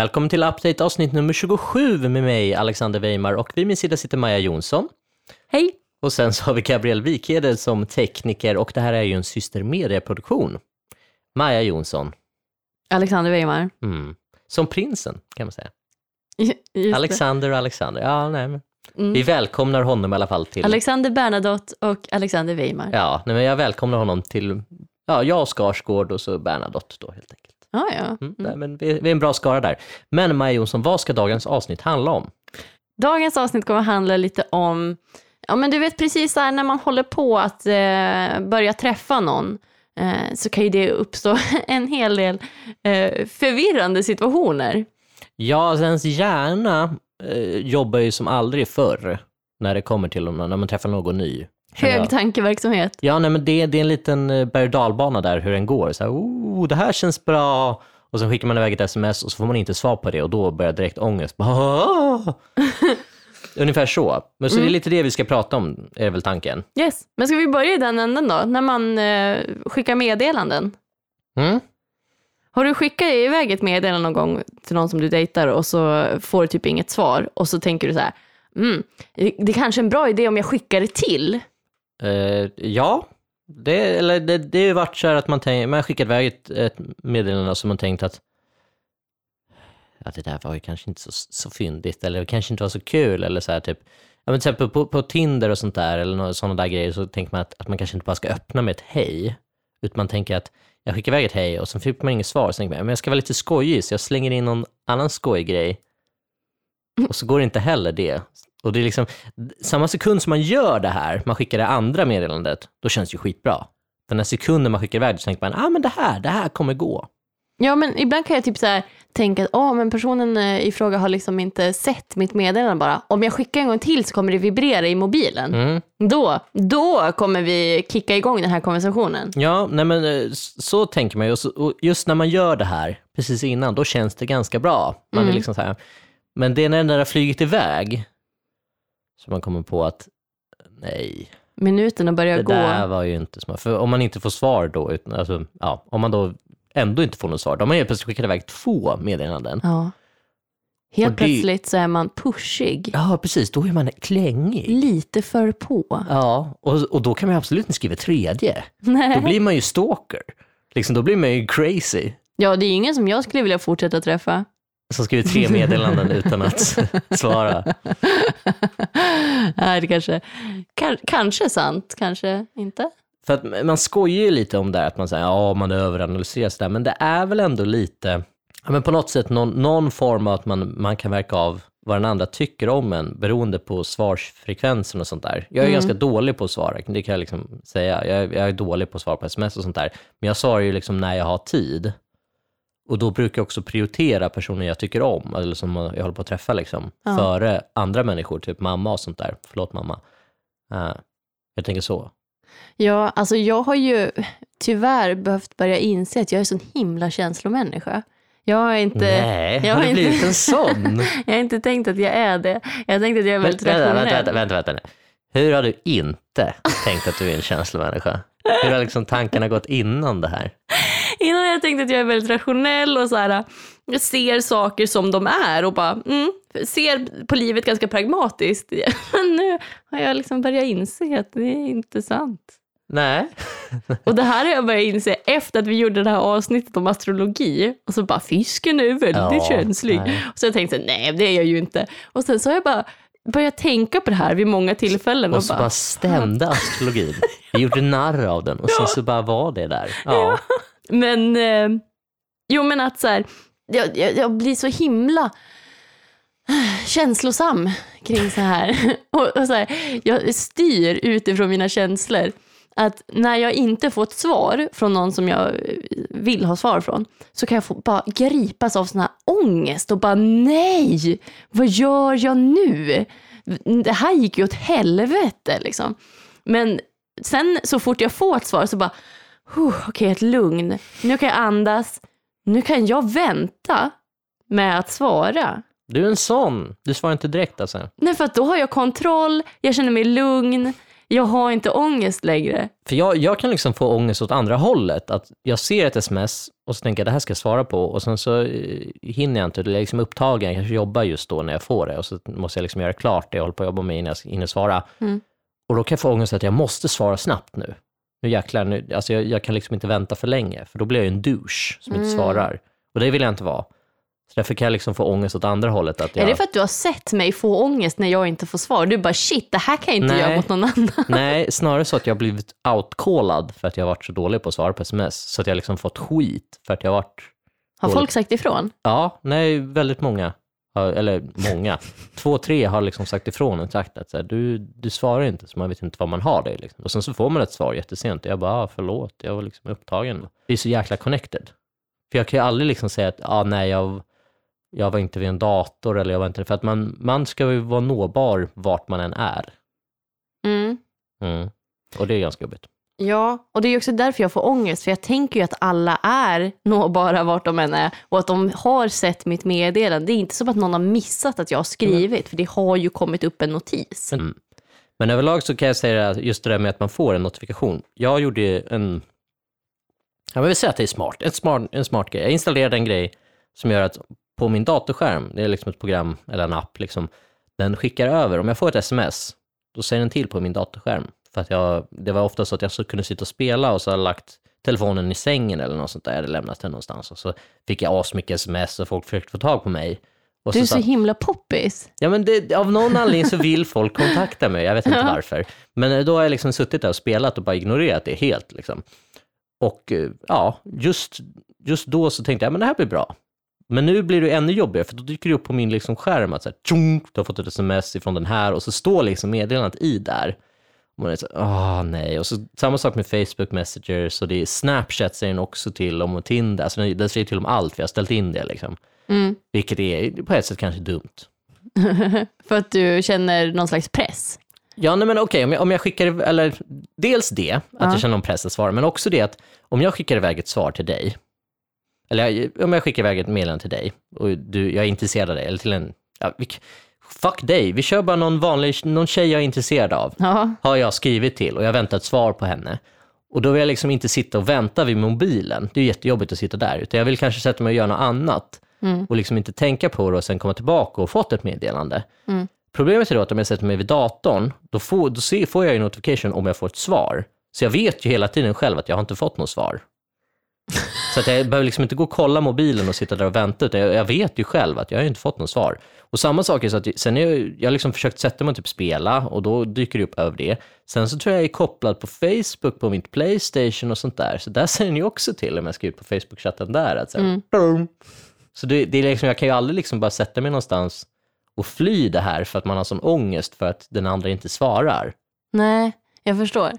Välkommen till Update avsnitt nummer 27 med mig, Alexander Weimar, och vid min sida sitter Maja Jonsson. Hej! Och sen så har vi Gabriel Wikhed som tekniker, och det här är ju en systermediaproduktion. Maja Jonsson. Alexander Weimar. Som prinsen, kan man säga. Just Alexander och Alexander. Ja, nej, men vi välkomnar honom i alla fall till... Alexander Bernadotte och Alexander Weimar. Ja, nej, men jag välkomnar honom till... Ja, jag, Skarsgård och så Bernadotte då helt enkelt. Nej, men vi är en bra skara där. Men Maja Jonsson, vad ska dagens avsnitt handla om? Dagens avsnitt kommer handla lite om... Ja, men du vet precis där när man håller på att börja träffa någon så kan ju det uppstå en hel del förvirrande situationer. Ja, ens hjärna jobbar ju som aldrig förr när det kommer till när man träffar någon ny. Hög tankeverksamhet. Ja, nej, men det är en liten berg- och dalbana där hur den går. Så här, det här känns bra. Och så skickar man iväg ett sms och så får man inte svar på det och då börjar direkt ångest. Ungefär så. Men så det är lite det vi ska prata om, är väl tanken. Yes, men ska vi börja i den änden då? När man skickar meddelanden. Har du skickat iväg ett meddelande någon gång till någon som du dejtar och så får du typ inget svar och så tänker du så här, det är kanske en bra idé om jag skickar det till? Ja, det har ju varit så här att man har skickat iväg ett meddelande som man tänkt att det där var ju kanske inte så fyndigt eller kanske inte var så kul eller så här typ. Ja, men till exempel på Tinder och sånt där eller sådana där grejer så tänker man att man kanske inte bara ska öppna med ett hej, utan man tänker att jag skickar iväg ett hej och så fick man inget svar, så tänker man, men jag ska vara lite skojig så jag slänger in någon annan skojgrej och så går det inte heller det. Och det är liksom samma sekund som man gör det här, man skickar det andra meddelandet, då känns det ju skitbra. Den här sekunden man skickar iväg så tänker man, men det här kommer gå. Ja, men ibland kan jag typ så här tänka att men personen i fråga har liksom inte sett mitt meddelande bara. Om jag skickar en gång till så kommer det vibrera i mobilen. Då kommer vi kicka igång den här konversationen. Ja, nej men så tänker man ju. Och just när man gör det här precis innan, då känns det ganska bra. Man är liksom så här. Men det är när den där har flygit iväg så man kommer på att nej. Minuterna börjar gå. Det där var ju inte smart. För om man inte får svar då, alltså, om man då ändå inte får något svar, då har man ju plötsligt skickat iväg 2 meddelanden. Ja. Helt plötsligt så är man pushig. Ja, precis. Då är man klängig. Lite för på. Ja, och då kan man absolut inte skriva 3:e. Nej. Då blir man ju stalker. Liksom, då blir man ju crazy. Ja, det är ingen som jag skulle vilja fortsätta träffa. Som skriver 3 meddelanden utan att svara. Nej, det kanske är sant, kanske inte. För att man skojar ju lite om det här, att man säger man överanalyserar sådär, men det är väl ändå lite, men på något sätt någon form av att man kan verka av vad den andra tycker om en beroende på svarsfrekvensen och sånt där. Jag är ganska dålig på att svara, det kan jag liksom säga. Jag är dålig på att svara på sms och sånt där, men jag svarar ju liksom när jag har tid. Och då brukar jag också prioritera personer jag tycker om, eller som jag håller på att träffa liksom, före andra människor, typ mamma och sånt där. Förlåt mamma. Jag tänker så. Ja, alltså jag har ju tyvärr behövt börja inse att jag är så himla känslomänniska. Jag har inte blivit en sån? Jag har inte tänkt att jag är det. Jag har tänkt att jag är väldigt rationell. Vänta. Hur har du inte tänkt att du är en känslomänniska? Hur har liksom tankarna gått innan det här? Innan jag tänkte att jag är väldigt rationell och så här, jag ser saker som de är och bara ser på livet ganska pragmatiskt. Men nu har jag liksom börjat inse att det är inte sant. Nej. Och det här har jag börjat inse efter att vi gjorde det här avsnittet om astrologi. Och så bara, fisken är väldigt känslig. Nej. Och så jag tänkte, nej det är jag ju inte. Och sen så har jag bara börjat tänka på det här vid många tillfällen. Och så bara stämde astrologin. Vi gjorde narr av den och sen så bara var det där. Ja. Men, men att så här, jag blir så himla känslosam kring så här. Och så här, jag styr utifrån mina känslor. Att när jag inte får ett svar från någon som jag vill ha svar från, så kan jag bara gripas av sån här ångest och bara nej, vad gör jag nu? Det här gick ju åt helvete liksom. Men sen så fort jag får ett svar så bara okej, ett lugn. Nu kan jag andas. Nu kan jag vänta med att svara. Du är en sån. Du svarar inte direkt alltså. Nej, för att då har jag kontroll. Jag känner mig lugn. Jag har inte ångest längre. För jag kan liksom få ångest åt andra hållet. Att jag ser ett sms och så tänker jag det här ska jag svara på. Och sen så hinner jag inte. Det är liksom upptagen. Jag kanske jobbar just då när jag får det. Och så måste jag liksom göra klart det jag håller på att jobba med innan jag hinner svara. Och då kan jag få ångest att jag måste svara snabbt nu. Nu jäklar, alltså jag kan liksom inte vänta för länge. För då blir jag ju en douche som inte svarar. Och det vill jag inte vara. Så därför kan jag liksom få ångest åt andra hållet. Att Är det för att du har sett mig få ångest när jag inte får svar? Du bara, shit, det här kan jag inte göra mot någon annan. Nej, snarare så att jag har blivit outcallad för att jag har varit så dålig på att svara på sms. Så att jag liksom fått skit för att jag har varit Har dålig. folk sagt ifrån? Ja, nej, väldigt många. Eller många. 2-3 har liksom sagt ifrån och sagt att så här, du svarar inte, så man vet inte vad man har det. Liksom. Och sen så får man ett svar jättesent. Och jag bara, förlåt, jag var liksom upptagen. Det är så jäkla connected. För jag kan ju aldrig liksom säga att nej, jag var inte vid en dator eller jag var inte... För att man ska ju vara nåbar vart man än är. Och det är ganska jobbigt. Ja, och det är också därför jag får ångest. För jag tänker ju att alla är nåbara vart de än är. Och att de har sett mitt meddelande. Det är inte som att någon har missat att jag har skrivit. För det har ju kommit upp en notis. Men överlag så kan jag säga just det där med att man får en notifikation. Jag gjorde en... Jag vill säga att det är smart. En smart grej. Jag installerade en grej som gör att på min datorskärm, det är liksom ett program eller en app, liksom, den skickar över. Om jag får ett sms, då säger den till på min datorskärm. För att det var ofta så att jag så kunde sitta och spela och så har jag lagt telefonen i sängen eller något sånt där. Jag hade lämnat den någonstans och så fick jag asmycket sms och folk försökte få tag på mig. Och du är så himla poppis. Ja, men av någon anledning så vill folk kontakta mig. Jag vet inte varför. Men då har jag liksom suttit där och spelat och bara ignorerat det helt. Liksom. Och ja, just då så tänkte jag, men det här blir bra. Men nu blir det ännu jobbigare för då dyker det upp på min liksom skärm att så här, tjunk, du har fått ett sms ifrån den här och så står liksom meddelandet i där. Och man är så, nej. Och så samma sak med Facebook Messengers och det är Snapchat säger den också till om och Tinder. Alltså den säger till om allt, för jag har ställt in det liksom. Vilket är på ett sätt kanske dumt. För att du känner någon slags press. Ja, nej, men okej, om jag skickar, eller dels det, att jag känner någon press att svara, men också det att om jag skickar iväg ett svar till dig, eller om jag skickar iväg ett meddelande till dig och jag är intresserad av dig, eller till en, fuck dig, vi kör bara någon tjej jag är intresserad av, har jag skrivit till och jag väntar ett svar på henne. Och då vill jag liksom inte sitta och vänta vid mobilen, det är jättejobbigt att sitta där, utan jag vill kanske sätta mig och göra något annat och liksom inte tänka på det och sen komma tillbaka och fått ett meddelande. Problemet är då att om jag sätter mig vid datorn, då får jag ju notification om jag får ett svar. Så jag vet ju hela tiden själv att jag har inte fått något svar. Så att jag behöver liksom inte gå och kolla mobilen och sitta där och vänta, utan jag vet ju själv att jag har inte fått något svar. Och samma sak är så att sen jag liksom försökt sätta mig och typ spela och då dyker det upp över det. Sen så tror jag är kopplad på Facebook på mitt PlayStation och sånt där. Så där säger ni också till om jag ska ut på Facebook-chatten där. Att så det är liksom, jag kan ju aldrig liksom bara sätta mig någonstans och fly det här för att man har sån ångest för att den andra inte svarar. Nej, jag förstår.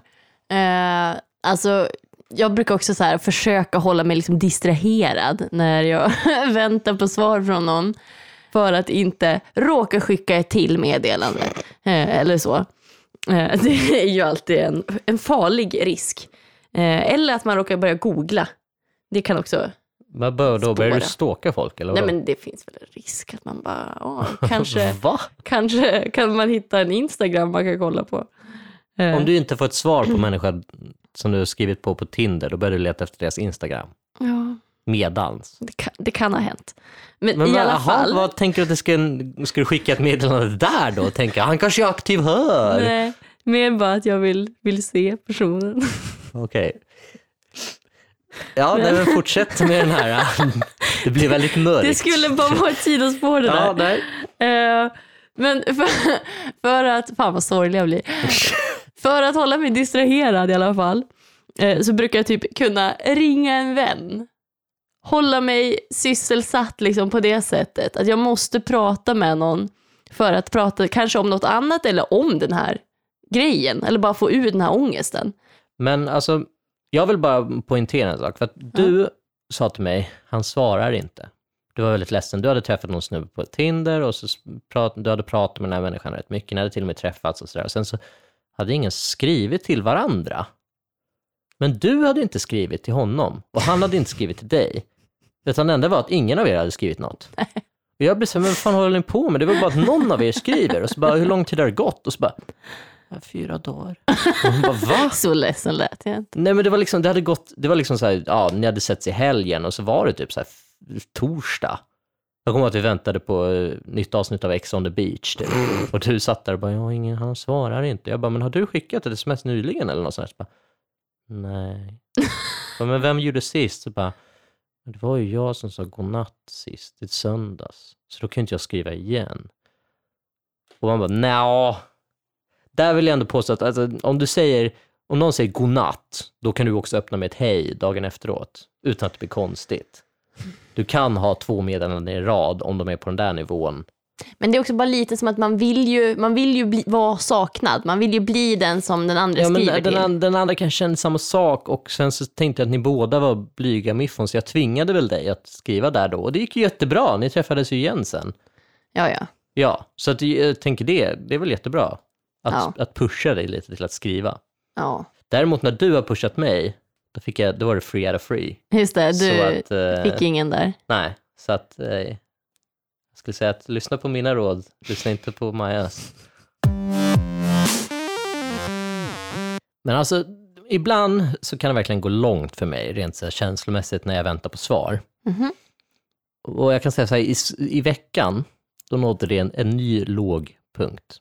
Alltså, jag brukar också så här försöka hålla mig liksom distraherad när jag väntar på svar från någon för att inte råka skicka ett till meddelande eller så. Det är ju alltid en farlig risk. Eller att man råkar börja googla. Det kan också... Men då börjar du stalka folk? Eller nej, men det finns väl en risk att man bara, kanske kan man hitta en Instagram man kan kolla på. Om du inte får ett svar på människan som du har skrivit på Tinder, då börjar du leta efter deras Instagram. Ja. Medans. Det kan ha hänt. Men i alla fall... Vad tänker du att ska du skicka ett meddelande där då? Tänker han kanske är aktiv här. Nej, mer bara att jag vill se personen. Okej. Ja, men fortsätt med den här. Det blir väldigt mörkt. Det skulle bara vara ett sidospår det där. Ja, nej. Men för att... Fan vad sorglig jag blir. För att hålla mig distraherad i alla fall så brukar jag typ kunna ringa en vän. Hålla mig sysselsatt liksom på det sättet. Att jag måste prata med någon för att prata kanske om något annat eller om den här grejen. Eller bara få ut den här ångesten. Men alltså... Jag vill bara poängtera en sak, för att du sa till mig, han svarar inte. Du var väldigt ledsen, du hade träffat någon snubbe på Tinder och så du hade pratat med den här människan rätt mycket, ni hade till och med träffats och sådär. Och sen så hade ingen skrivit till varandra. Men du hade inte skrivit till honom och han hade inte skrivit till dig. Utan det enda var att ingen av er hade skrivit något. Och jag blev så här, men vad fan håller ni på med? Det var bara att någon av er skriver och så bara, hur lång tid har det gått? Och så bara... 4 dagar. Och hon bara, va? Så ledsen lät jag inte. Nej, men det var liksom, det var liksom så här, ja, ni hade setts i helgen och så var det typ så här torsdag. Jag kommer att vi väntade på nytt avsnitt av Ex on the Beach. Typ. Och du satt där och bara, han svarar inte. Jag bara, men har du skickat ett sms nyligen eller något sånt? Så bara, nej. Men vem gjorde sist? Så bara, det var ju jag som sa godnatt sist, i söndags. Så då kunde inte jag skriva igen. Och man bara, nja. Där vill jag ändå påstå att alltså, om någon säger godnatt, då kan du också öppna med ett hej dagen efteråt. Utan att det blir konstigt. Du kan ha 2 meddelanden i rad om de är på den där nivån. Men det är också bara lite som att man vill ju vara saknad. Man vill ju bli den som den andra skriver till. Den andra kanske kände samma sak. Och sen så tänkte jag att ni båda var blyga miffon. Så jag tvingade väl dig att skriva där då. Och det gick ju jättebra. Ni träffades ju igen sen. Ja. Ja, så att jag tänker det är väl jättebra. Att pusha dig lite till att skriva. Ja. Däremot när du har pushat mig, då var det free out of free. Just det, du fick ingen där. Nej, så att jag skulle säga att lyssna på mina råd, lyssna inte på Majas. Men alltså, ibland så kan det verkligen gå långt för mig, rent så här känslomässigt, när jag väntar på svar. Mm-hmm. Och jag kan säga så här, i veckan, då nådde det en ny låg punkt.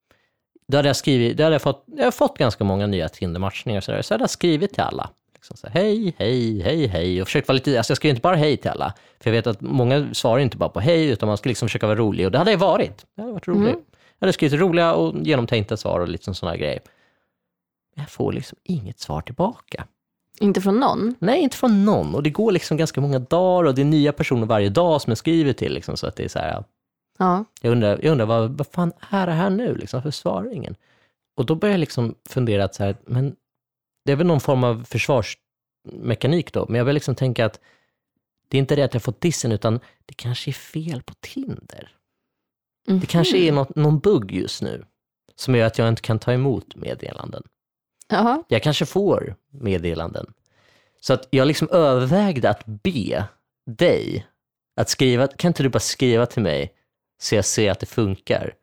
Då hade jag har fått ganska många nya Tinder-matchningar så hade jag skrivit till alla. Liksom så här, hej. Och försökt vara lite, alltså jag skrev inte bara hej till alla. För jag vet att många svarar inte bara på hej, utan man ska liksom försöka vara rolig. Och det hade jag varit. Det hade varit roligt. Jag hade skrivit roliga och genomtänkta svar och liksom sådana grejer. Men jag får liksom inget svar tillbaka. Inte från någon? Nej, inte från någon. Och det går liksom ganska många dagar och det är nya personer varje dag som jag skriver till. Liksom, så att det är så här... Ja. Jag undrar vad fan är det här nu? Liksom, för svarar ingen. Och då börjar jag liksom fundera att så här, men det är väl någon form av försvarsmekanik då. Men jag vill liksom tänka att det är inte det att jag fått dissen, utan det kanske är fel på Tinder. Mm-hmm. Det kanske är någon bugg just nu som gör att jag inte kan ta emot meddelanden. Aha. Jag kanske får meddelanden. Så att jag liksom övervägde att be dig att skriva, kan inte du bara skriva till mig så jag ser att det funkar.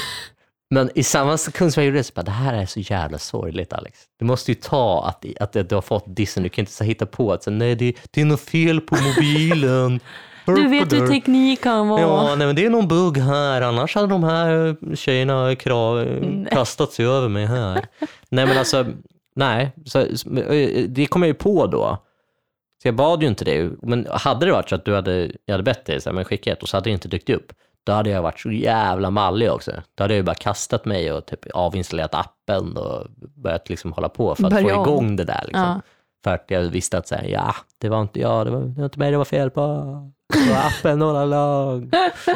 Men i samma sekund som jag gjorde det så bara, det här är så jävla sorgligt, Alex. Du måste ju ta att du har fått dissen. Du kan inte så hitta på att så, nej, det är något fel på mobilen. Du vet hur teknik kan vara. Ja, nej, men det är någon bugg här. Annars hade de här tjejerna kastat sig över mig här. Nej, men alltså, nej. Så, det kom jag ju på då. Så jag bad ju inte det. Men hade det varit så att jag hade bett dig, så här, men skicka ett, och så hade det inte dykt upp. Då hade jag varit så jävla mallig också. Då hade jag ju bara kastat mig och typ avinstallerat appen och börjat liksom hålla på för att få igång det där. Liksom. Ja. För att jag visste att säga, det var inte jag, det var inte mig det var fel på. Det var appen och lag.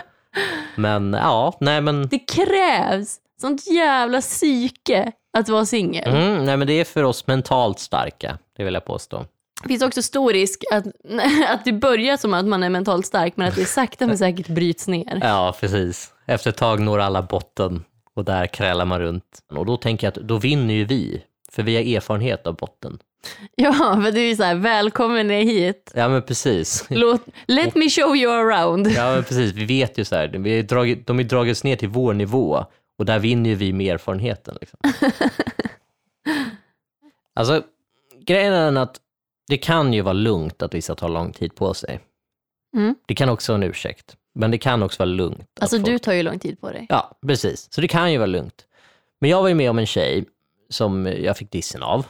Men ja, nej men... Det krävs sånt jävla psyke att vara singel. Nej, men det är för oss mentalt starka, det vill jag påstå. Det finns också stor risk att det börjar som att man är mentalt stark, men att det sakta men säkert bryts ner. Ja, precis. Efter ett tag når alla botten och där krälar man runt. Och då tänker jag att då vinner ju vi, för vi har erfarenhet av botten. Ja, för det är ju så här, välkommen ner hit. Ja, men precis. Let me show you around. Ja, men precis. Vi vet ju så här, de har dragits ner till vår nivå och där vinner ju vi med erfarenheten. Liksom. Alltså, grejen är att det kan ju vara lugnt att vissa tar lång tid på sig. Det kan också vara en ursäkt. Men det kan också vara lugnt. Alltså du tar ju lång tid på dig. Ja, precis. Så det kan ju vara lugnt. Men jag var ju med om en tjej som jag fick dissen av.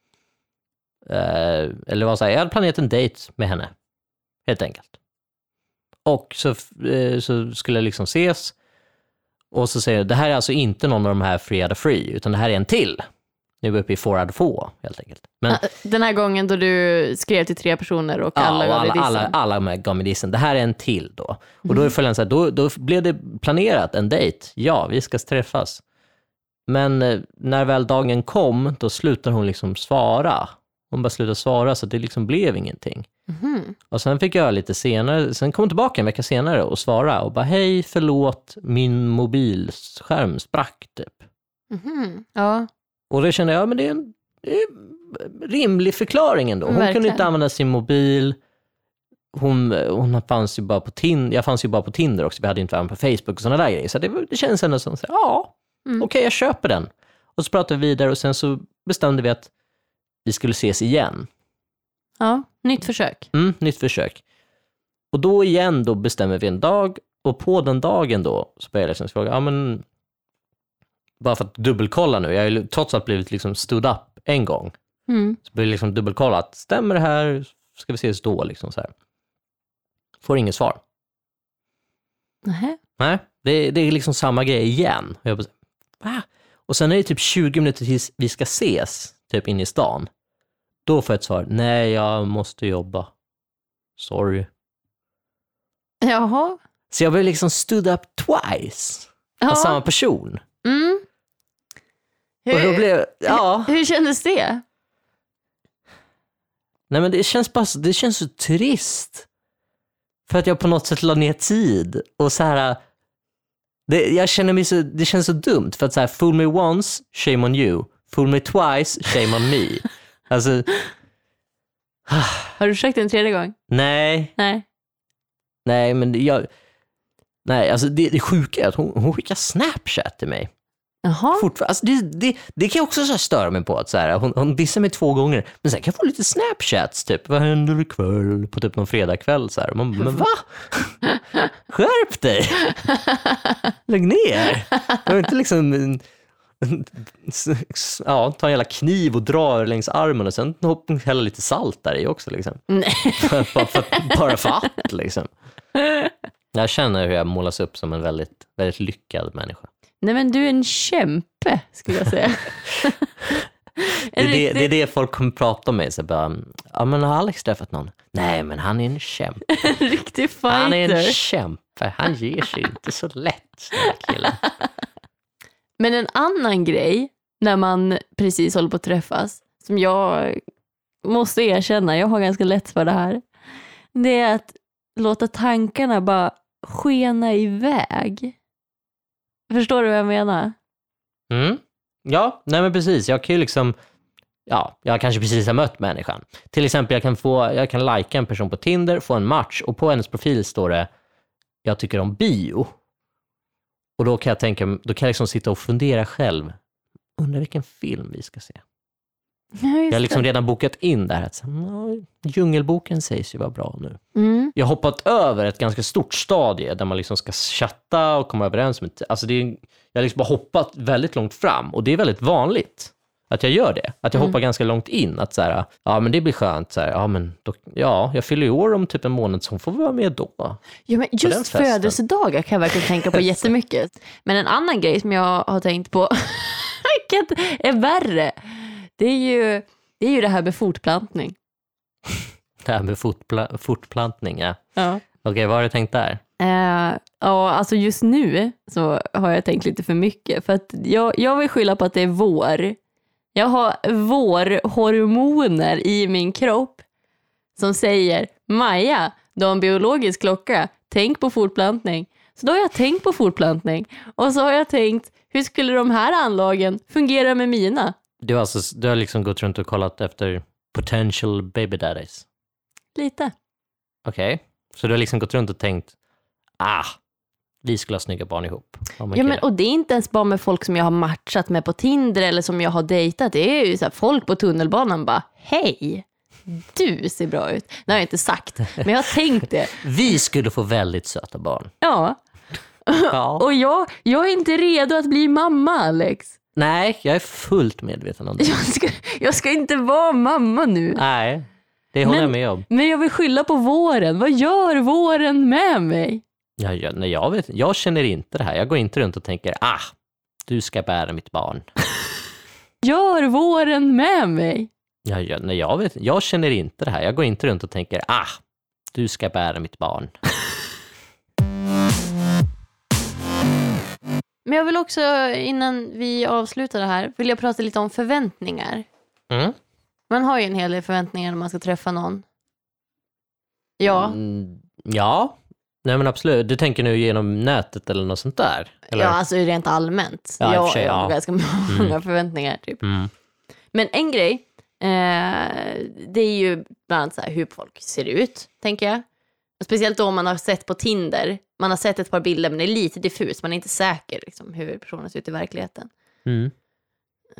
Eller vad säger jag? hade planerat en dejt med henne. Helt enkelt. Och så skulle jag liksom ses. Och så säger jag, det här är alltså inte någon av de här free out of free, utan det här är en till. Nu är vi uppe i 4 out of 4, helt enkelt. Men, den här gången då du skrev till 3 personer och alla gav dig dissen. Alla gav mig dissen. Det här är en till då. Och då är följande så här, då blev det planerat en dejt. Ja, vi ska träffas. Men när väl dagen kom, då slutade hon liksom svara. Hon bara slutade svara, så det liksom blev ingenting. Och sen fick jag lite senare, sen kom hon tillbaka en vecka senare och svara och bara, hej, förlåt, min mobilskärm sprack typ. Ja. Och då kände jag, men det är en rimlig förklaring ändå. Hon Verkligen. kunde inte använda sin mobil. Hon fanns ju bara på Tinder. Jag fanns ju bara på Tinder också. Vi hade inte varandra på Facebook och sådana där grejer. Så det känns ändå som, okej, jag köper den. Och så pratade vi vidare och sen så bestämde vi att vi skulle ses igen. Ja, nytt försök. Nytt försök. Och då igen då bestämmer vi en dag. Och på den dagen då så börjar jag liksom fråga, ja men bara för att dubbelkolla nu. Jag har ju trots allt blivit liksom stood up en gång. Så blir det liksom dubbelkollat. Stämmer det här? Ska vi ses då liksom så här. Får ingen svar. Nej, det är liksom samma grej igen. Och jag bara, va? Och sen är det typ 20 minuter tills vi ska ses typ in i stan. Då får jag ett svar. Nej, jag måste jobba. Sorry. Jaha. Så jag blev liksom stood up twice av samma person. Och då blev, hur kändes det? Nej men det känns så trist. För att jag på något sätt la ner tid. Och så här, jag känner mig så, det känns så dumt. För att så här, fool me once, shame on you. Fool me twice, shame on me. Alltså. Har du försökt en tredje gång? Nej, men alltså det sjuka är att hon skickar Snapchat till mig. Jaha. Alltså det kan jag också så här störa mig på. Att så här, hon dissar mig 2 gånger. Men sen kan jag få lite Snapchats. Typ, vad händer ikväll? På typ någon fredagkväll. Så här. Men va? Skärp dig! Lägg ner! Jag vill inte liksom... ta en jävla kniv och dra längs armen. Och sen hälla lite salt där i också. Liksom. Nej. bara för att liksom. Jag känner hur jag målas upp som en väldigt, väldigt lyckad människa. Nej men du är en kämpe, skulle jag säga. det är det folk kommer prata om mig. Så bara, ja men har Alex träffat någon? Nej men han är en kämpe. En riktig fighter. Han är en kämpe. Han ger sig inte så lätt, den här killen. Men en annan grej, när man precis håller på att träffas, som jag måste erkänna, jag har ganska lätt för det här. Det är att låta tankarna bara skena iväg. Förstår du vad jag menar? Ja, nej men precis. Jag kan ju liksom, jag kanske precis har mött människan. Till exempel jag kan likea en person på Tinder, få en match och på hennes profil står det jag tycker om bio. Och då kan jag liksom sitta och fundera själv. Undrar vilken film vi ska se. Jag har liksom redan bokat in det här. Att, Djungelboken sägs ju vara bra nu. Jag har hoppat över ett ganska stort stadie där man liksom ska chatta och komma överens med. Alltså jag har liksom bara hoppat väldigt långt fram. Och det är väldigt vanligt att jag gör det. Att jag hoppar ganska långt in. Att så här, men det blir skönt. Så här, jag fyller i år om typ en månad så hon får vara med då. Ja, men just födelsedagar kan jag verkligen tänka på jättemycket. Men en annan grej som jag har tänkt på vilket är värre. Det är ju det här med fortplantning. Det här med fortplantning, ja. Okej, vad har du tänkt där? Alltså just nu så har jag tänkt lite för mycket. För att jag vill skylla på att det är vår. Jag har vårhormoner i min kropp som säger Maja, du har en biologisk klocka. Tänk på fortplantning. Så då har jag tänkt på fortplantning. Och så har jag tänkt, hur skulle de här anlagen fungera med mina? Du har liksom gått runt och kollat efter potential baby daddies? Lite. Okej. Så du har liksom gått runt och tänkt vi skulle ha snygga barn ihop. Och det är inte ens bara med folk som jag har matchat med på Tinder eller som jag har dejtat. Det är ju så här, folk på tunnelbanan bara, hej, du ser bra ut. Det har jag inte sagt, men jag har tänkt det. Vi skulle få väldigt söta barn. Ja. Och jag är inte redo att bli mamma, Alex. Nej, jag är fullt medveten om det. Jag ska inte vara mamma nu. Nej, det håller jag med om. Men jag vill skylla på våren. Vad gör våren med mig? Jag känner inte det här. Jag går inte runt och tänker, du ska bära mitt barn. Gör våren med mig? Jag känner inte det här. Jag går inte runt och tänker, du ska bära mitt barn. Men jag vill också, innan vi avslutar det här, vill jag prata lite om förväntningar. Man har ju en hel del förväntningar när man ska träffa någon. Ja. Ja. Nej men absolut. Du tänker nu genom nätet eller något sånt där? Eller? Ja, alltså rent allmänt. Jag har ganska många förväntningar typ. Men en grej, det är ju bland annat så här hur folk ser ut, tänker jag. Speciellt då om man har sett på Tinder. Man har sett ett par bilder men det är lite diffus. Man är inte säker liksom, hur personen ser ut i verkligheten.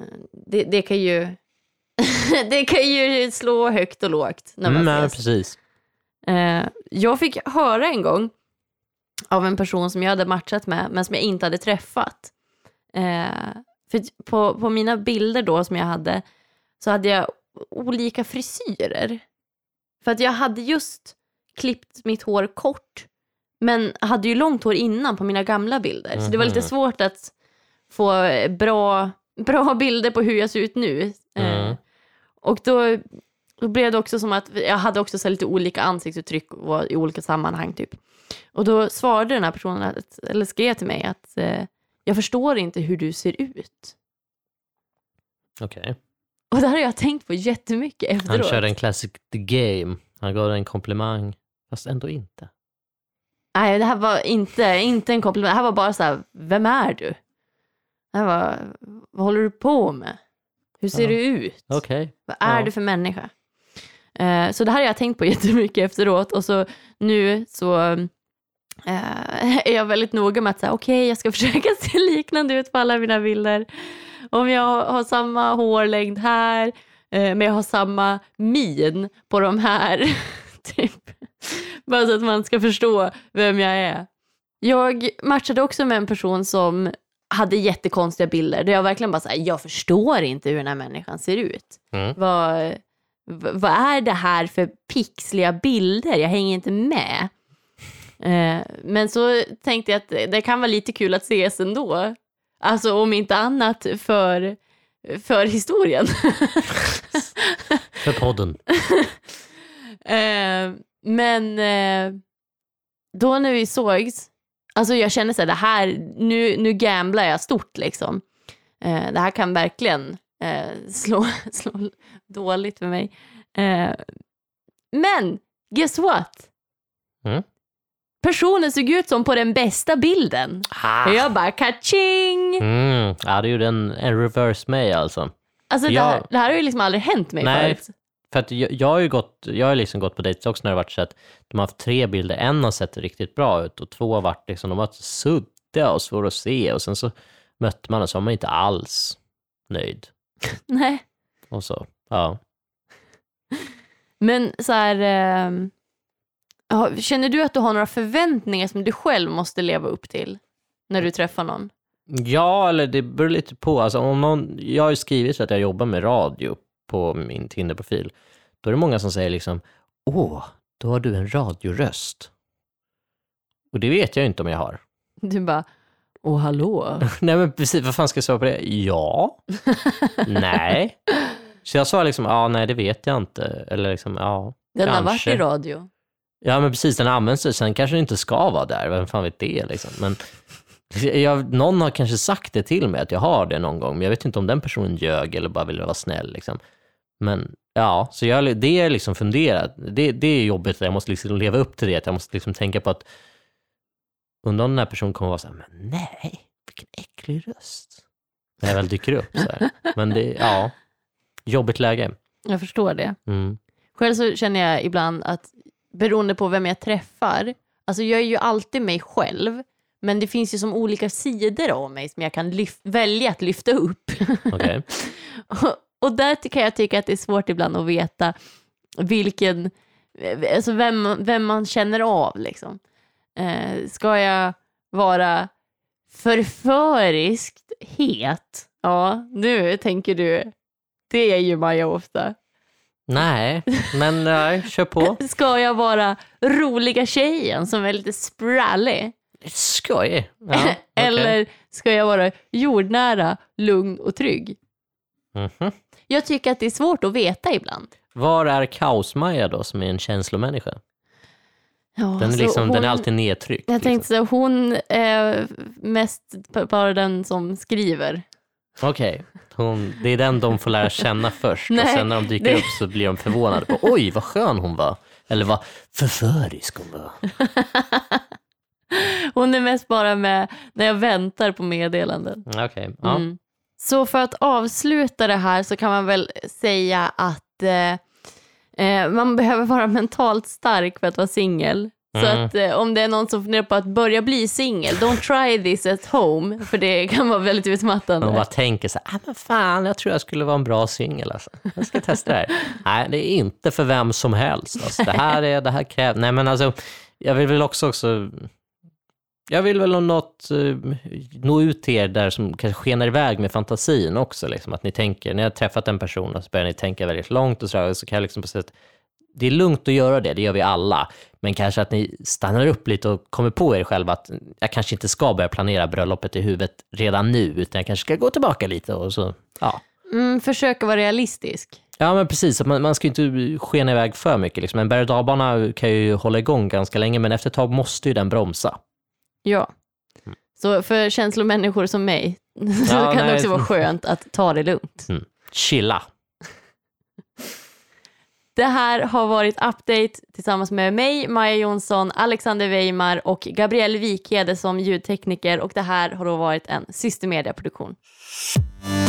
det kan ju det kan ju slå högt och lågt när man ses. Precis. Jag fick höra en gång av en person som jag hade matchat med men som jag inte hade träffat. För på mina bilder då som jag hade så hade jag olika frisyrer. För att jag hade just klippt mitt hår kort men hade ju långt hår innan på mina gamla bilder. Så det var lite svårt att få bra bilder på hur jag ser ut nu. Och då blev det också som att jag hade också så lite olika ansiktsuttryck i olika sammanhang typ. Och då svarade den här personen eller skrev till mig att jag förstår inte hur du ser ut. Okej. Och det har jag tänkt på jättemycket efteråt. Han körde en classic The Game. Han gav en komplimang, fast ändå inte. Nej, det här var inte en komplimang. Det här var bara så här, vem är du? Det här var, vad håller du på med? Hur ser du ut? Okej. Vad är du för människa? Så det här har jag tänkt på jättemycket efteråt. Och så nu så är jag väldigt noga med att säga okej, jag ska försöka se liknande ut på alla mina bilder. Om jag har samma hårlängd här, men jag har samma min på de här. Typ. Bara så att man ska förstå vem jag är. Jag matchade också med en person som hade jättekonstiga bilder. Där jag verkligen bara såhär, jag förstår inte hur den här människan ser ut. Vad är det här för pixliga bilder? Jag hänger inte med. Men så tänkte jag att det kan vara lite kul att ses ändå. Alltså om inte annat för historien. För podden. Men då när vi sågs, alltså jag kände så här, det här nu gamblar jag stort liksom. Det här kan verkligen slå dåligt för mig. Men guess what? Personen såg ut som på den bästa bilden. Och jag bara, kaching! Ja, det gjorde en reverse mig alltså. Alltså det här har ju liksom aldrig hänt mig förut. För att jag har liksom gått på dates också när det varit så att de har haft 3 bilder. En har sett riktigt bra ut och 2 har varit liksom, de har varit suddiga och svåra att se. Och sen så mötte man och så var man inte alls nöjd. Nej. Och så, ja. Men så här... känner du att du har några förväntningar som du själv måste leva upp till när du träffar någon? Ja, eller det beror lite på. Alltså, jag har ju skrivit att jag jobbar med radio på min Tinder-profil. Då är det många som säger liksom, då har du en radioröst. Och det vet jag inte om jag har. Du bara, hallå? Nej men precis, vad fan ska jag svara på det? Ja. Nej. Så jag sa liksom, nej det vet jag inte. Eller liksom, den kanske. har varit i radio. Ja men precis, den används. Sen kanske det inte ska vara där. Vem fan vet det liksom. Men någon har kanske sagt det till mig att jag har det någon gång. Men jag vet inte om den personen ljög eller bara ville vara snäll liksom. Men så det är liksom funderat. Det är jobbigt. Jag måste liksom leva upp till det. Jag måste liksom tänka på att undrar om den här personen kommer vara så här, men nej, vilken äcklig röst. När jag väl dyker upp så här. Men det, jobbigt läge. Jag förstår det. Själv så känner jag ibland att beroende på vem jag träffar, alltså jag är ju alltid mig själv, men det finns ju som olika sidor av mig som jag kan välja att lyfta upp. Okay. och där kan jag tycka att det är svårt ibland att veta vilken, alltså vem man känner av liksom. Ska jag vara förföriskt het? Ja, nu tänker du, det är ju Maja ofta. Nej, men kör på. Ska jag vara roliga tjejen som är lite sprallig? Skoj. Ja, okay. Eller ska jag vara jordnära, lugn och trygg? Mm-hmm. Jag tycker att det är svårt att veta ibland. Var är Kaos-Maja då som är en känslomänniska? Ja, den är, liksom, den är alltid nedtryckt. Jag tänkte så, hon är mest bara den som skriver. Okej, det är den de får lära känna först. Nej, och sen när de dyker upp så blir de förvånade på, oj vad skön hon var. Eller vad förförisk hon var. Hon är mest bara med när jag väntar på meddelanden. Okej, ja. Så för att avsluta det här så kan man väl säga att man behöver vara mentalt stark för att vara singel. Så att om det är någon som funderar på att börja bli singel, don't try this at home, för det kan vara väldigt utmattande. Man bara tänker så här, men fan, jag tror jag skulle vara en bra singel alltså. Jag ska testa det här. Nej, det är inte för vem som helst. Alltså, det här kräver... Nej, men alltså, jag vill väl också... Jag vill väl nå ut till er där som kanske skenar iväg med fantasin också. Liksom, att ni tänker, när jag har träffat en person så börjar ni tänka väldigt långt och så kan jag liksom på sätt... Det är lugnt att göra det gör vi alla. Men kanske att ni stannar upp lite och kommer på er själva att jag kanske inte ska börja planera bröllopet i huvudet redan nu, utan jag kanske ska gå tillbaka lite och så, ja. Försöka vara realistisk. Ja, men precis. Man ska inte skena iväg för mycket. Liksom. En berg- och dalbana kan ju hålla igång ganska länge, men efter ett tag måste ju den bromsa. Ja. Så för känslomänniskor som mig så kan det också vara skönt att ta det lugnt. Chilla. Det här har varit Update tillsammans med mig, Maja Jonsson, Alexander Weimar och Gabrielle Wikhede som ljudtekniker, och det här har då varit en Systermedia-produktion.